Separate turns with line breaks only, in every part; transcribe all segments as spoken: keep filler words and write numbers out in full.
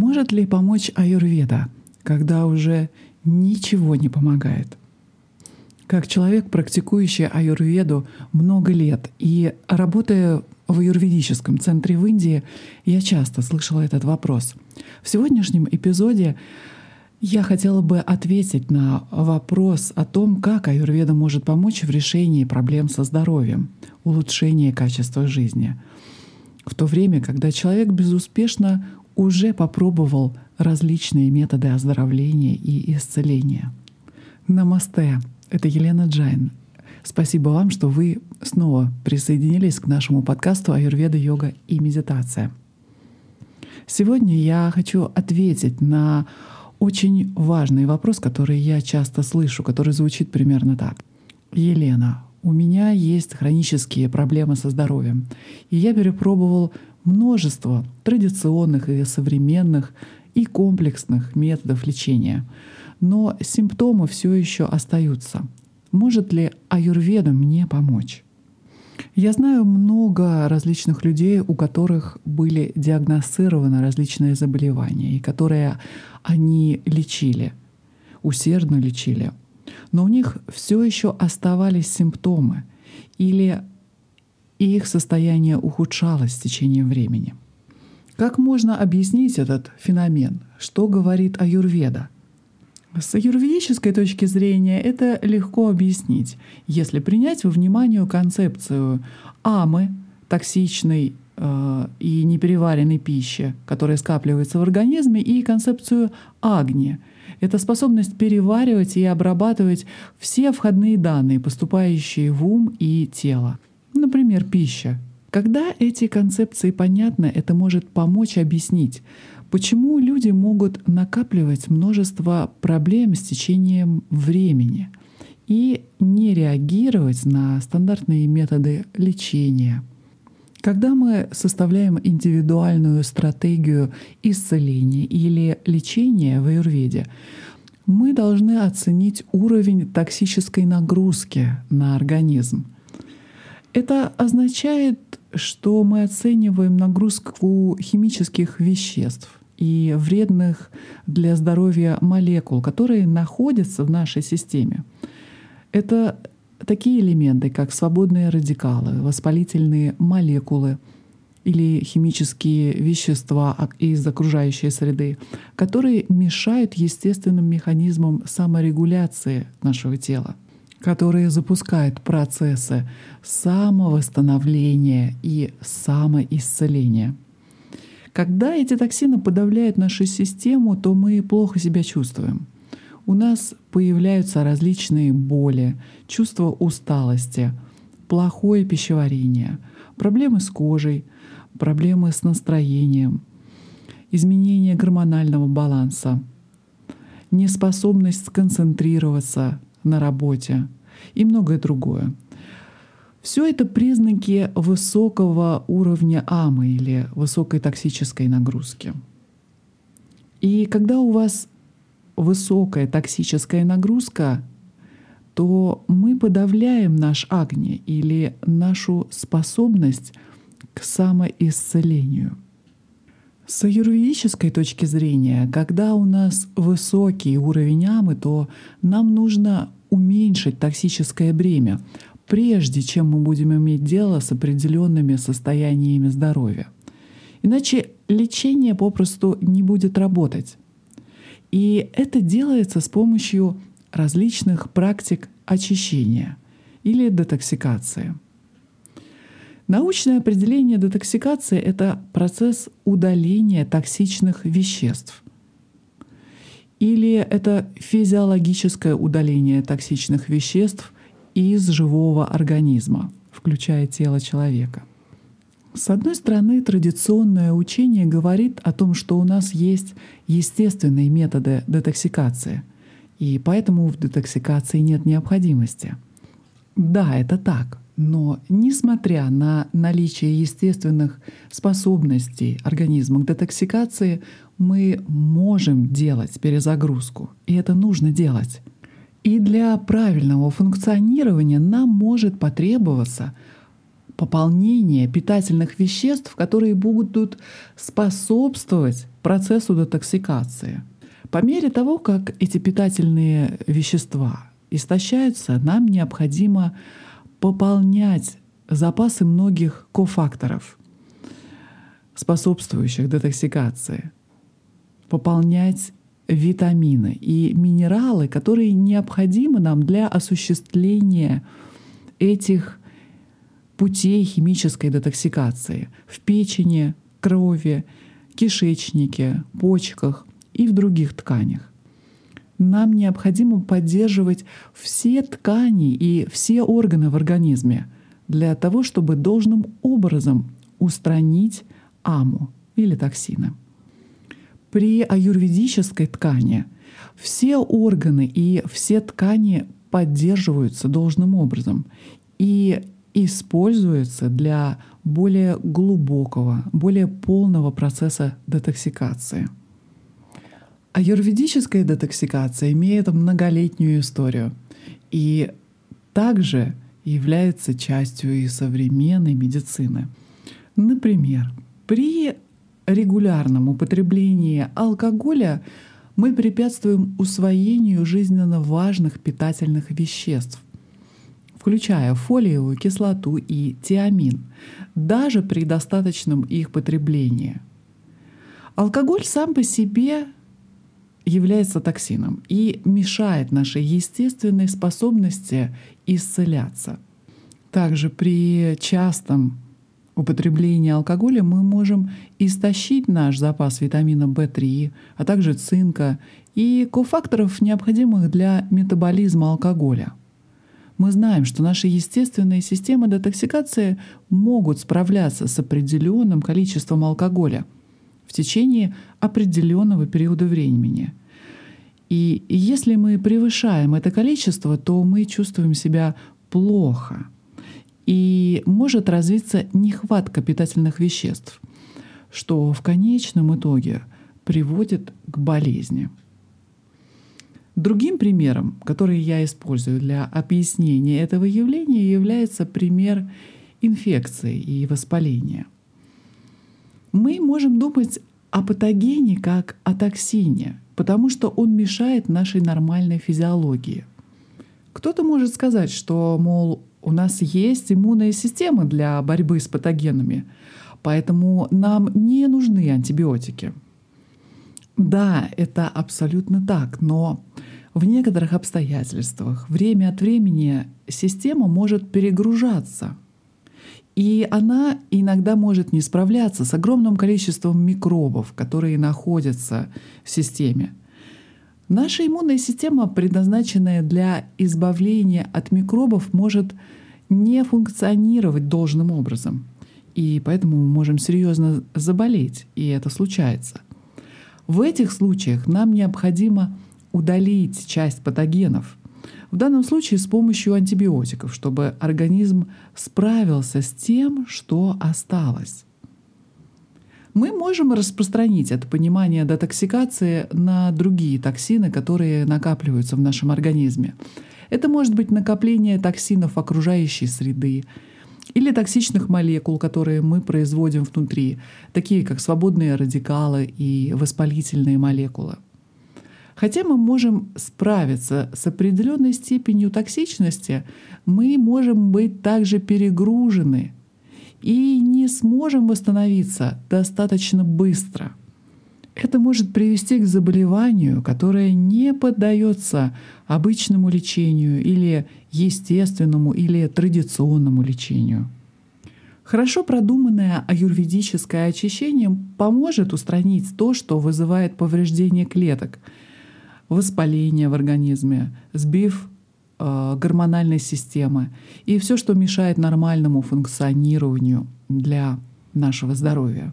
Может ли помочь аюрведа, когда уже ничего не помогает? Как человек, практикующий аюрведу много лет и работая в аюрведическом центре в Индии, я часто слышала этот вопрос. В сегодняшнем эпизоде я хотела бы ответить на вопрос о том, как аюрведа может помочь в решении проблем со здоровьем, улучшении качества жизни. В то время, когда человек безуспешно уже попробовал различные методы оздоровления и исцеления. Намасте, это Елена Джайн. Спасибо вам, что вы снова присоединились к нашему подкасту «Аюрведа, йога и медитация». Сегодня я хочу ответить на очень важный вопрос, который я часто слышу, который звучит примерно так. Елена, у меня есть хронические проблемы со здоровьем, и я перепробовал множество традиционных и современных и комплексных методов лечения, но симптомы все еще остаются. Может ли аюрведа мне помочь? Я знаю много различных людей, у которых были диагностированы различные заболевания, и которые они лечили, усердно лечили. Но у них все еще оставались симптомы, или их состояние ухудшалось с течением времени. Как можно объяснить этот феномен? Что говорит аюрведа? С аюрведической точки зрения это легко объяснить, если принять во внимание концепцию амы, токсичной э, и непереваренной пищи, которая скапливается в организме, и концепцию агни. Это способность переваривать и обрабатывать все входные данные, поступающие в ум и тело. Например, пища. Когда эти концепции понятны, это может помочь объяснить, почему люди могут накапливать множество проблем с течением времени и не реагировать на стандартные методы лечения. Когда мы составляем индивидуальную стратегию исцеления или лечения в аюрведе, мы должны оценить уровень токсической нагрузки на организм. Это означает, что мы оцениваем нагрузку химических веществ и вредных для здоровья молекул, которые находятся в нашей системе. Это такие элементы, как свободные радикалы, воспалительные молекулы или химические вещества из окружающей среды, которые мешают естественным механизмам саморегуляции нашего тела, которые запускают процессы самовосстановления и самоисцеления. Когда эти токсины подавляют нашу систему, то мы плохо себя чувствуем. У нас появляются различные боли, чувство усталости, плохое пищеварение, проблемы с кожей, проблемы с настроением, изменение гормонального баланса, неспособность сконцентрироваться на работе и многое другое. Все это признаки высокого уровня амы или высокой токсической нагрузки. И когда у вас высокая токсическая нагрузка, то мы подавляем наш агни или нашу способность к самоисцелению. С аюрведической точки зрения, когда у нас высокий уровень амы, то нам нужно уменьшить токсическое бремя, прежде чем мы будем иметь дело с определенными состояниями здоровья. Иначе лечение попросту не будет работать. И это делается с помощью различных практик очищения или детоксикации. Научное определение детоксикации — это процесс удаления токсичных веществ. Или это физиологическое удаление токсичных веществ из живого организма, включая тело человека. С одной стороны, традиционное учение говорит о том, что у нас есть естественные методы детоксикации, и поэтому в детоксикации нет необходимости. Да, это так, но несмотря на наличие естественных способностей организма к детоксикации, мы можем делать перезагрузку, и это нужно делать. И для правильного функционирования нам может потребоваться пополнение питательных веществ, которые будут способствовать процессу детоксикации. По мере того, как эти питательные вещества истощаются, нам необходимо пополнять запасы многих кофакторов, способствующих детоксикации, пополнять витамины и минералы, которые необходимы нам для осуществления этих путей химической детоксикации в печени, крови, кишечнике, почках и в других тканях. Нам необходимо поддерживать все ткани и все органы в организме для того, чтобы должным образом устранить аму или токсины. При аюрведической ткани все органы и все ткани поддерживаются должным образом и используются для более глубокого, более полного процесса детоксикации. Аюрведическая детоксикация имеет многолетнюю историю и также является частью и современной медицины. Например, при регулярном употреблении алкоголя мы препятствуем усвоению жизненно важных питательных веществ, включая фолиевую кислоту и тиамин, даже при достаточном их потреблении. Алкоголь сам по себе является токсином и мешает нашей естественной способности исцеляться. Также при частом употреблении алкоголя мы можем истощить наш запас витамина бэ три, а также цинка и кофакторов, необходимых для метаболизма алкоголя. Мы знаем, что наши естественные системы детоксикации могут справляться с определенным количеством алкоголя в течение определенного периода времени. И если мы превышаем это количество, то мы чувствуем себя плохо. И может развиться нехватка питательных веществ, что в конечном итоге приводит к болезни. Другим примером, который я использую для объяснения этого явления, является пример инфекции и воспаления. Мы можем думать о патогене как о токсине, потому что он мешает нашей нормальной физиологии. Кто-то может сказать, что, мол, у нас есть иммунная система для борьбы с патогенами, поэтому нам не нужны антибиотики. Да, это абсолютно так, но в некоторых обстоятельствах время от времени система может перегружаться, и она иногда может не справляться с огромным количеством микробов, которые находятся в системе. Наша иммунная система, предназначенная для избавления от микробов, может не функционировать должным образом, и поэтому мы можем серьезно заболеть, и это случается. В этих случаях нам необходимо удалить часть патогенов, в данном случае с помощью антибиотиков, чтобы организм справился с тем, что осталось. Мы можем распространить это понимание детоксикации на другие токсины, которые накапливаются в нашем организме. Это может быть накопление токсинов окружающей среды или токсичных молекул, которые мы производим внутри, такие как свободные радикалы и воспалительные молекулы. Хотя мы можем справиться с определенной степенью токсичности, мы можем быть также перегружены и не сможем восстановиться достаточно быстро. Это может привести к заболеванию, которое не поддается обычному лечению или естественному или традиционному лечению. Хорошо продуманное аюрведическое очищение поможет устранить то, что вызывает повреждение клеток, воспаление в организме, сбив э, гормональной системы и все, что мешает нормальному функционированию для нашего здоровья.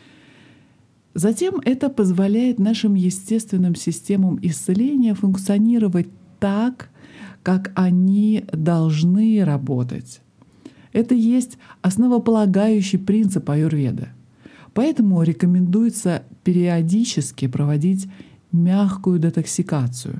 Затем это позволяет нашим естественным системам исцеления функционировать так, как они должны работать. Это есть основополагающий принцип аюрведы. Поэтому рекомендуется периодически проводить мягкую детоксикацию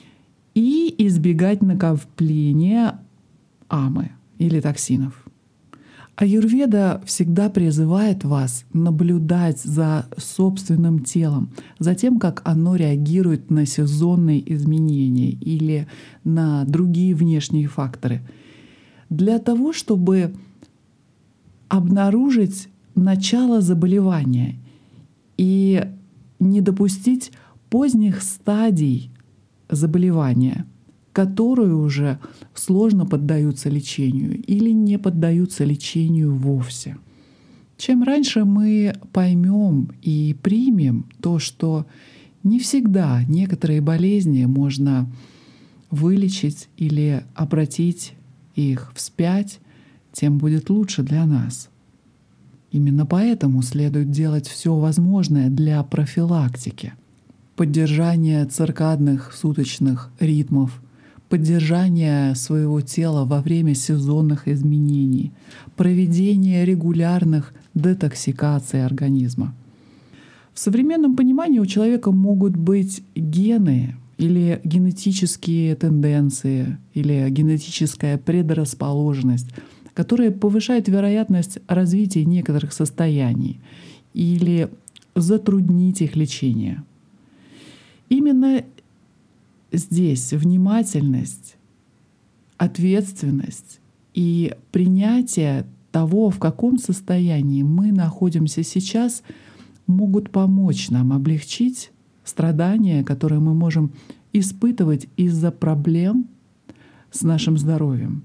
и избегать накопления амы или токсинов. Аюрведа всегда призывает вас наблюдать за собственным телом, за тем, как оно реагирует на сезонные изменения или на другие внешние факторы, для того, чтобы обнаружить начало заболевания и не допустить поздних стадий заболевания, которые уже сложно поддаются лечению или не поддаются лечению вовсе. Чем раньше мы поймем и примем то, что не всегда некоторые болезни можно вылечить или обратить их вспять, тем будет лучше для нас. Именно поэтому следует делать все возможное для профилактики, поддержания циркадных суточных ритмов, поддержания своего тела во время сезонных изменений, проведения регулярных детоксикаций организма. В современном понимании у человека могут быть гены или генетические тенденции, или генетическая предрасположенность, которая повышает вероятность развития некоторых состояний или затруднить их лечение. Именно здесь внимательность, ответственность и принятие того, в каком состоянии мы находимся сейчас, могут помочь нам облегчить страдания, которые мы можем испытывать из-за проблем с нашим здоровьем.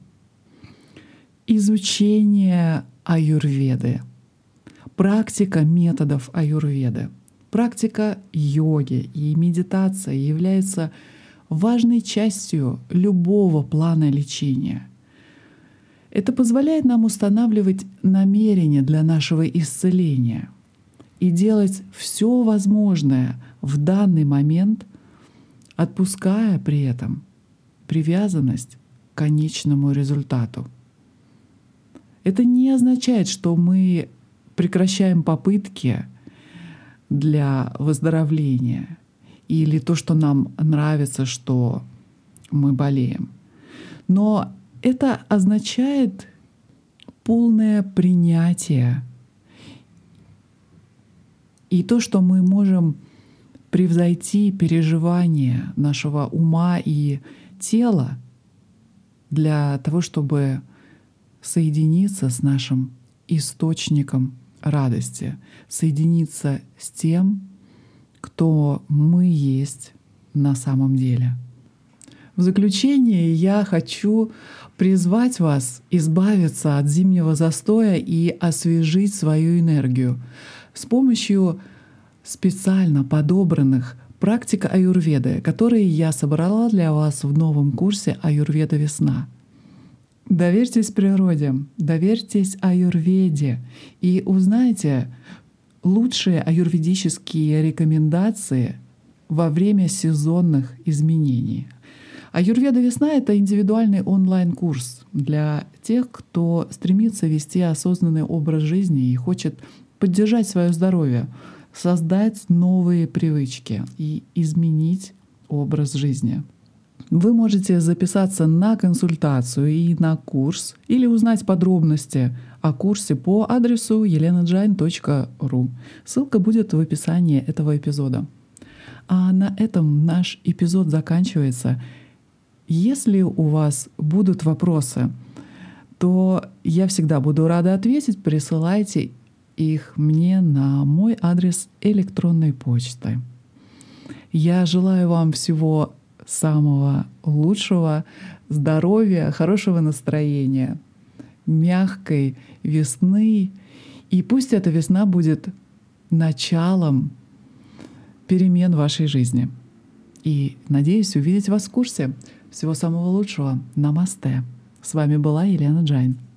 Изучение аюрведы, практика методов аюрведы, практика йоги и медитация является важной частью любого плана лечения. Это позволяет нам устанавливать намерения для нашего исцеления и делать все возможное в данный момент, отпуская при этом привязанность к конечному результату. Это не означает, что мы прекращаем попытки для выздоровления или то, что нам нравится, что мы болеем. Но это означает полное принятие и то, что мы можем превзойти переживания нашего ума и тела для того, чтобы соединиться с нашим источником радости, соединиться с тем, кто мы есть на самом деле. В заключение я хочу призвать вас избавиться от зимнего застоя и освежить свою энергию с помощью специально подобранных практик аюрведы, которые я собрала для вас в новом курсе «Аюрведа весна». Доверьтесь природе, доверьтесь аюрведе и узнайте лучшие аюрведические рекомендации во время сезонных изменений. Аюрведа весна — это индивидуальный онлайн-курс для тех, кто стремится вести осознанный образ жизни и хочет поддержать свое здоровье, создать новые привычки и изменить образ жизни. Вы можете записаться на консультацию и на курс или узнать подробности о курсе по адресу елена джайн точка ру. Ссылка будет в описании этого эпизода. А на этом наш эпизод заканчивается. Если у вас будут вопросы, то я всегда буду рада ответить. Присылайте их мне на мой адрес электронной почты. Я желаю вам всего самого лучшего, здоровья, хорошего настроения, мягкой весны. И пусть эта весна будет началом перемен в вашей жизни. И надеюсь увидеть вас в курсе. Всего самого лучшего. Намасте. С вами была Елена Джайн.